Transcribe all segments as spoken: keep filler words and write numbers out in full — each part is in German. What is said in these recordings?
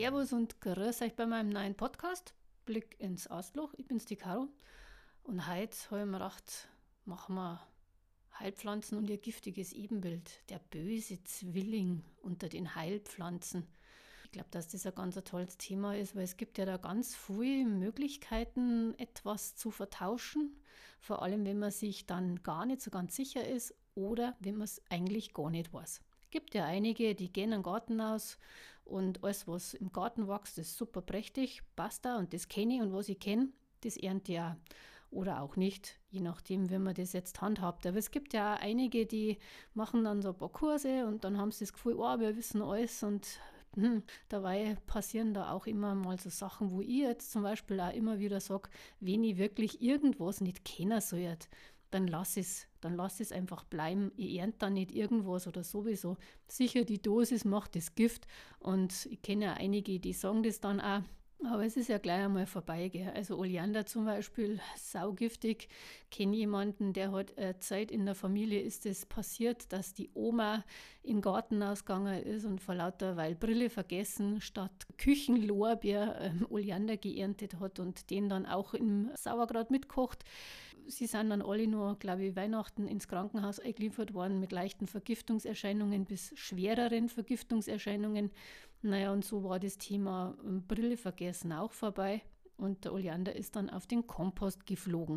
Servus und grüß euch bei meinem neuen Podcast Blick ins Astloch. Ich bin's, die Caro. Und heute habe ich mir gedacht, machen wir Heilpflanzen und ihr giftiges Ebenbild. Der böse Zwilling unter den Heilpflanzen. Ich glaube, dass das ein ganz ein tolles Thema ist, weil es gibt ja da ganz viele Möglichkeiten, etwas zu vertauschen. Vor allem, wenn man sich dann gar nicht so ganz sicher ist oder wenn man es eigentlich gar nicht weiß. Es gibt ja einige, die gehen in den Garten aus und alles, was im Garten wächst, ist super prächtig, passt da und das kenne ich und was ich kenne, das ernte ich auch. Oder auch nicht, je nachdem, wie man das jetzt handhabt. Aber es gibt ja auch einige, die machen dann so ein paar Kurse und dann haben sie das Gefühl, oh, wir wissen alles und hm, dabei passieren da auch immer mal so Sachen, wo ich jetzt zum Beispiel auch immer wieder sage, wenn ich wirklich irgendwas nicht kennen soll, dann lass es, dann lass es einfach bleiben. Ich ernte dann nicht irgendwas oder sowieso. Sicher, die Dosis macht das Gift und ich kenne ja einige, die sagen das dann auch. Aber es ist ja gleich einmal vorbei. Gell? Also Oleander zum Beispiel, saugiftig. Kenne jemanden, der hat äh, Zeit in der Familie ist es passiert, dass die Oma im Garten ausgegangen ist und vor lauter weil Brille vergessen, statt Küchenlorbeer ähm, Oleander geerntet hat und den dann auch im Sauerkraut mitkocht. Sie sind dann alle nur, glaube ich, Weihnachten ins Krankenhaus eingeliefert worden mit leichten Vergiftungserscheinungen bis schwereren Vergiftungserscheinungen. Naja, und so war das Thema Brille vergessen auch vorbei und der Oleander ist dann auf den Kompost geflogen.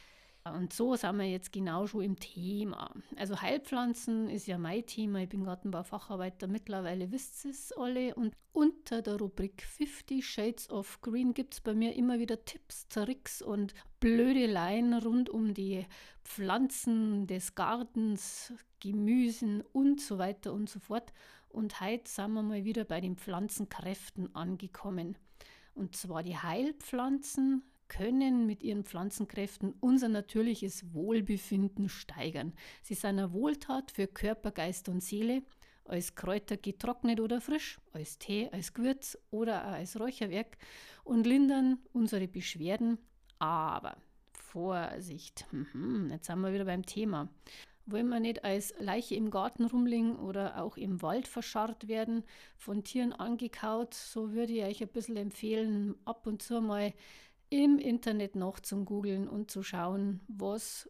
Und so sind wir jetzt genau schon im Thema. Also Heilpflanzen ist ja mein Thema. Ich bin Gartenbaufacharbeiter, mittlerweile wisst ihr es alle. Und unter der Rubrik fifty Shades of Green gibt es bei mir immer wieder Tipps, Tricks und Blödeleien rund um die Pflanzen des Gartens, Gemüsen und so weiter und so fort. Und heute sind wir mal wieder bei den Pflanzenkräften angekommen. Und zwar die Heilpflanzen können mit ihren Pflanzenkräften unser natürliches Wohlbefinden steigern. Sie sind eine Wohltat für Körper, Geist und Seele, als Kräuter getrocknet oder frisch, als Tee, als Gewürz oder auch als Räucherwerk und lindern unsere Beschwerden. Aber Vorsicht, jetzt sind wir wieder beim Thema. Wollen wir nicht als Leiche im Garten rumliegen oder auch im Wald verscharrt werden, von Tieren angekaut, so würde ich euch ein bisschen empfehlen, ab und zu mal im Internet noch zum Googlen und zu schauen, was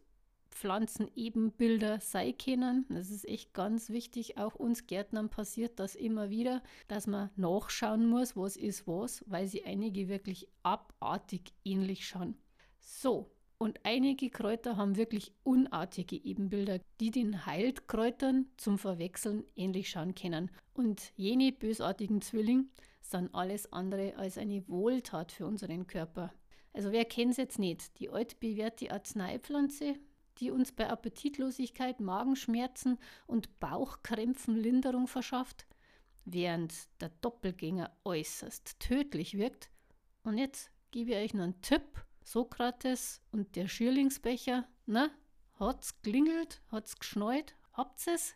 Pflanzenebenbilder sein können. Das ist echt ganz wichtig. Auch uns Gärtnern passiert das immer wieder, dass man nachschauen muss, was ist was, weil sie einige wirklich abartig ähnlich schauen. So, und einige Kräuter haben wirklich unartige Ebenbilder, die den Heilkräutern zum Verwechseln ähnlich schauen können. Und jene bösartigen Zwillinge sind alles andere als eine Wohltat für unseren Körper. Also wer kennt es jetzt nicht? Die altbewährte Arzneipflanze, die uns bei Appetitlosigkeit, Magenschmerzen und Bauchkrämpfen Linderung verschafft, während der Doppelgänger äußerst tödlich wirkt. Und jetzt gebe ich euch noch einen Tipp. Sokrates und der Schierlingsbecher, na, hat's klingelt, hat's geschneit, habt's es?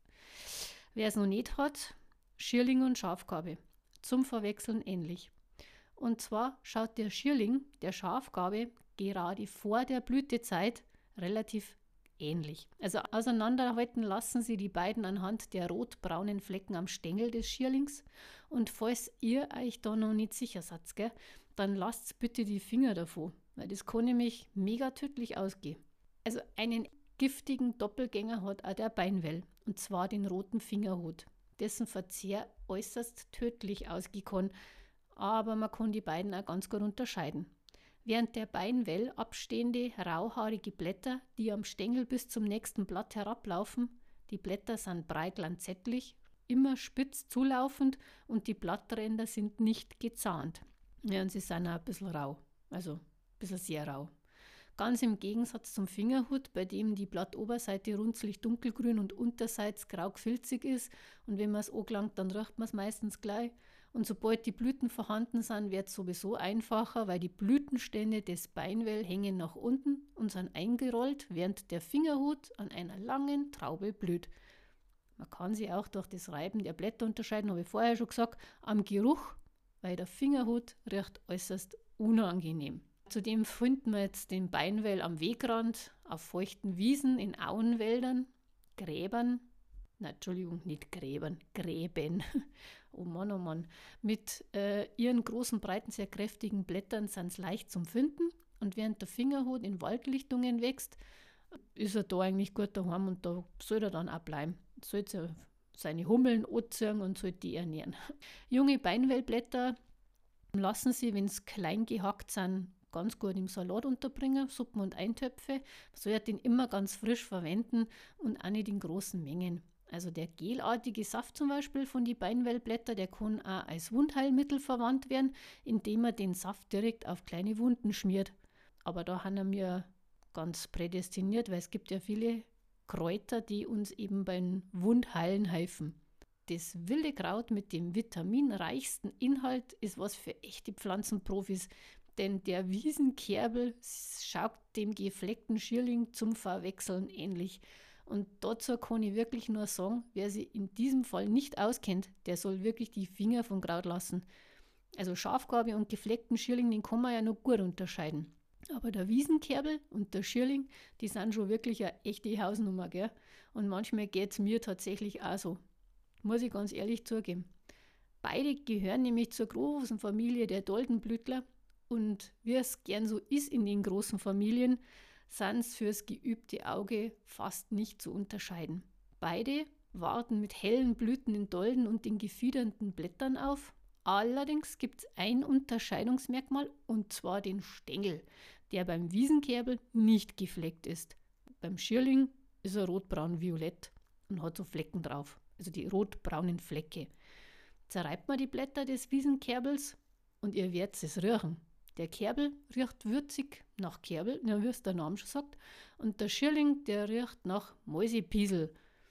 Wer es noch nicht hat, Schierling und Schafgarbe, zum Verwechseln ähnlich. Und zwar schaut der Schierling der Schafgarbe gerade vor der Blütezeit relativ ähnlich. Also auseinanderhalten lassen sie die beiden anhand der rotbraunen Flecken am Stängel des Schierlings. Und falls ihr euch da noch nicht sicher seid, gell, dann lasst bitte die Finger davon, weil das kann nämlich mega tödlich ausgehen. Also einen giftigen Doppelgänger hat auch der Beinwell, und zwar den roten Fingerhut, dessen Verzehr äußerst tödlich ausgehen kann, aber man kann die beiden auch ganz gut unterscheiden. Während der Beinwell abstehende, rauhaarige Blätter, die am Stängel bis zum nächsten Blatt herablaufen, die Blätter sind breit lanzettlich, immer spitz zulaufend und die Blattränder sind nicht gezahnt. Ja, und sie sind auch ein bisschen rau, also ein bisschen sehr rau. Ganz im Gegensatz zum Fingerhut, bei dem die Blattoberseite runzlig dunkelgrün und unterseits grau gefilzig ist und wenn man es angelangt, dann riecht man es meistens gleich. Und sobald die Blüten vorhanden sind, wird es sowieso einfacher, weil die Blütenstände des Beinwell hängen nach unten und sind eingerollt, während der Fingerhut an einer langen Traube blüht. Man kann sie auch durch das Reiben der Blätter unterscheiden, habe ich vorher schon gesagt, am Geruch, weil der Fingerhut riecht äußerst unangenehm. Zudem finden wir jetzt den Beinwell am Wegrand, auf feuchten Wiesen, in Auenwäldern, Gräbern, na, Entschuldigung, nicht Gräbern, Gräben oh Mann, oh Mann, mit äh, ihren großen, breiten, sehr kräftigen Blättern sind sie leicht zum Finden. Und während der Fingerhut in Waldlichtungen wächst, ist er da eigentlich gut daheim und da soll er dann auch bleiben. Sollte er seine Hummeln anziehen und sollte die ernähren. Junge Beinwellblätter lassen sie, wenn sie klein gehackt sind, ganz gut im Salat unterbringen, Suppen und Eintöpfe. Man soll den immer ganz frisch verwenden und auch nicht in großen Mengen. Also der gelartige Saft zum Beispiel von den Beinwellblätter, der kann auch als Wundheilmittel verwandt werden, indem man den Saft direkt auf kleine Wunden schmiert. Aber da haben wir ganz prädestiniert, weil es gibt ja viele Kräuter, die uns eben beim Wundheilen helfen. Das wilde Kraut mit dem vitaminreichsten Inhalt ist was für echte Pflanzenprofis, denn der Wiesenkerbel schaut dem gefleckten Schierling zum Verwechseln ähnlich. Und dazu kann ich wirklich nur sagen, wer sich in diesem Fall nicht auskennt, der soll wirklich die Finger vom Kraut lassen. Also Schafgarbe und gefleckten Schierling, den kann man ja noch gut unterscheiden. Aber der Wiesenkerbel und der Schierling, die sind schon wirklich eine echte Hausnummer, gell? Und manchmal geht es mir tatsächlich auch so. Muss ich ganz ehrlich zugeben. Beide gehören nämlich zur großen Familie der Doldenblütler und wie es gern so ist in den großen Familien, sind es fürs geübte Auge fast nicht zu unterscheiden. Beide warten mit hellen Blüten in Dolden und den gefiedernden Blättern auf. Allerdings gibt es ein Unterscheidungsmerkmal und zwar den Stängel, der beim Wiesenkerbel nicht gefleckt ist. Beim Schierling ist er rotbraun-violett und hat so Flecken drauf, also die rotbraunen Flecke. Zerreibt man die Blätter des Wiesenkerbels und ihr werdet es riechen. Der Kerbel riecht würzig nach Kerbel, ja, wie es der Name schon sagt, und der Schierling, der riecht nach Mäusepiesel.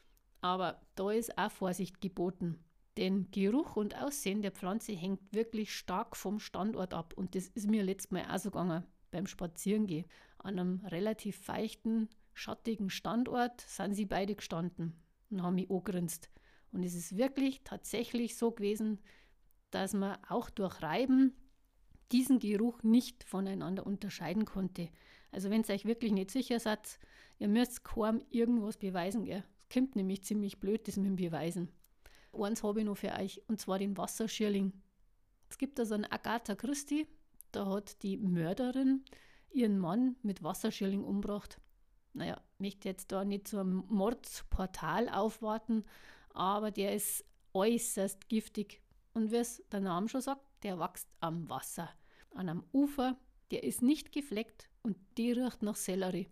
Aber da ist auch Vorsicht geboten. Denn Geruch und Aussehen der Pflanze hängt wirklich stark vom Standort ab. Und das ist mir letztes Mal auch so gegangen beim Spazierengehen. An einem relativ feuchten, schattigen Standort sind sie beide gestanden und haben mich angegrinst. Und es ist wirklich tatsächlich so gewesen, dass man auch durch Reiben diesen Geruch nicht voneinander unterscheiden konnte. Also wenn ihr euch wirklich nicht sicher seid, ihr müsst kaum irgendwas beweisen. Gell? Es kommt nämlich ziemlich blöd, das mit dem Beweisen. Eins habe ich noch für euch, und zwar den Wasserschierling. Es gibt also einen Agatha Christie, da hat die Mörderin ihren Mann mit Wasserschierling umgebracht. Naja, ich möchte jetzt da nicht zu einem Mordsportal aufwarten, aber der ist äußerst giftig. Und wie es der Name schon sagt, der wächst am Wasser. An einem Ufer, der ist nicht gefleckt und die riecht nach Sellerie.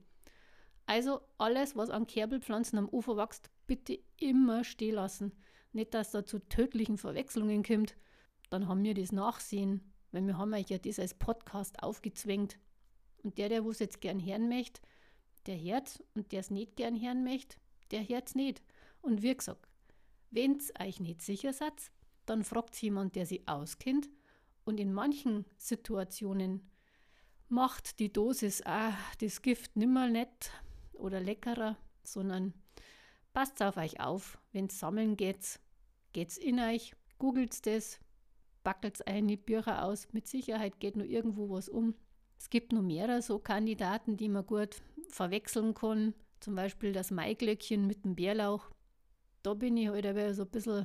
Also alles, was an Kerbelpflanzen am Ufer wächst, bitte immer stehen lassen. Nicht, dass da zu tödlichen Verwechslungen kommt. Dann haben wir das Nachsehen, weil wir haben euch ja das als Podcast aufgezwängt. Und der, der es jetzt gern hören möchte, der hört, und der es nicht gern hören möchte, der hört es nicht. Und wie gesagt, wenn ihr euch nicht sicher seid, dann fragt jemand, der sich auskennt. Und in manchen Situationen macht die Dosis auch das Gift nimmer nett oder leckerer, sondern passt auf euch auf. Wenn es sammeln geht, geht's in euch, googelt das, backelt euch die Bücher aus. Mit Sicherheit geht nur irgendwo was um. Es gibt noch mehrere so Kandidaten, die man gut verwechseln kann. Zum Beispiel das Maiglöckchen mit dem Bärlauch. Da bin ich halt aber so ein bisschen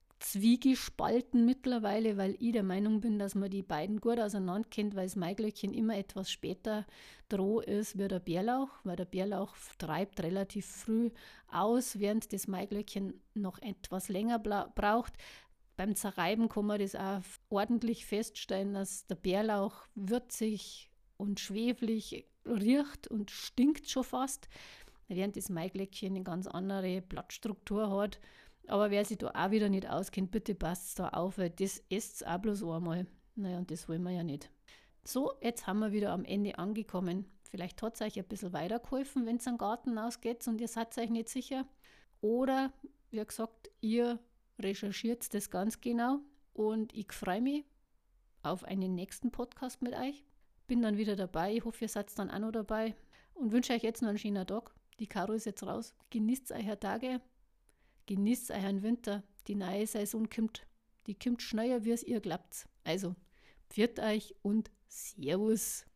zwiegespalten mittlerweile, weil ich der Meinung bin, dass man die beiden gut auseinander kennt, weil das Maiglöckchen immer etwas später droh ist wie der Bärlauch, weil der Bärlauch treibt relativ früh aus, während das Maiglöckchen noch etwas länger braucht. Beim Zerreiben kann man das auch ordentlich feststellen, dass der Bärlauch würzig und schweflig riecht und stinkt schon fast, während das Maiglöckchen eine ganz andere Blattstruktur hat. Aber wer sich da auch wieder nicht auskennt, bitte passt da auf, weil das esst auch bloß einmal. Naja, und das wollen wir ja nicht. So, jetzt haben wir wieder am Ende angekommen. Vielleicht hat es euch ein bisschen weitergeholfen, wenn es am Garten ausgeht und ihr seid euch nicht sicher. Oder, wie gesagt, ihr recherchiert das ganz genau und ich freue mich auf einen nächsten Podcast mit euch. Bin dann wieder dabei. Ich hoffe, ihr seid dann auch noch dabei und wünsche euch jetzt noch einen schönen Tag. Die Caro ist jetzt raus. Genießt eure Tage. Genießt euren Winter, die neue Saison kommt. Die kommt schneller, wie es ihr glaubt. Also, pfiat euch und Servus.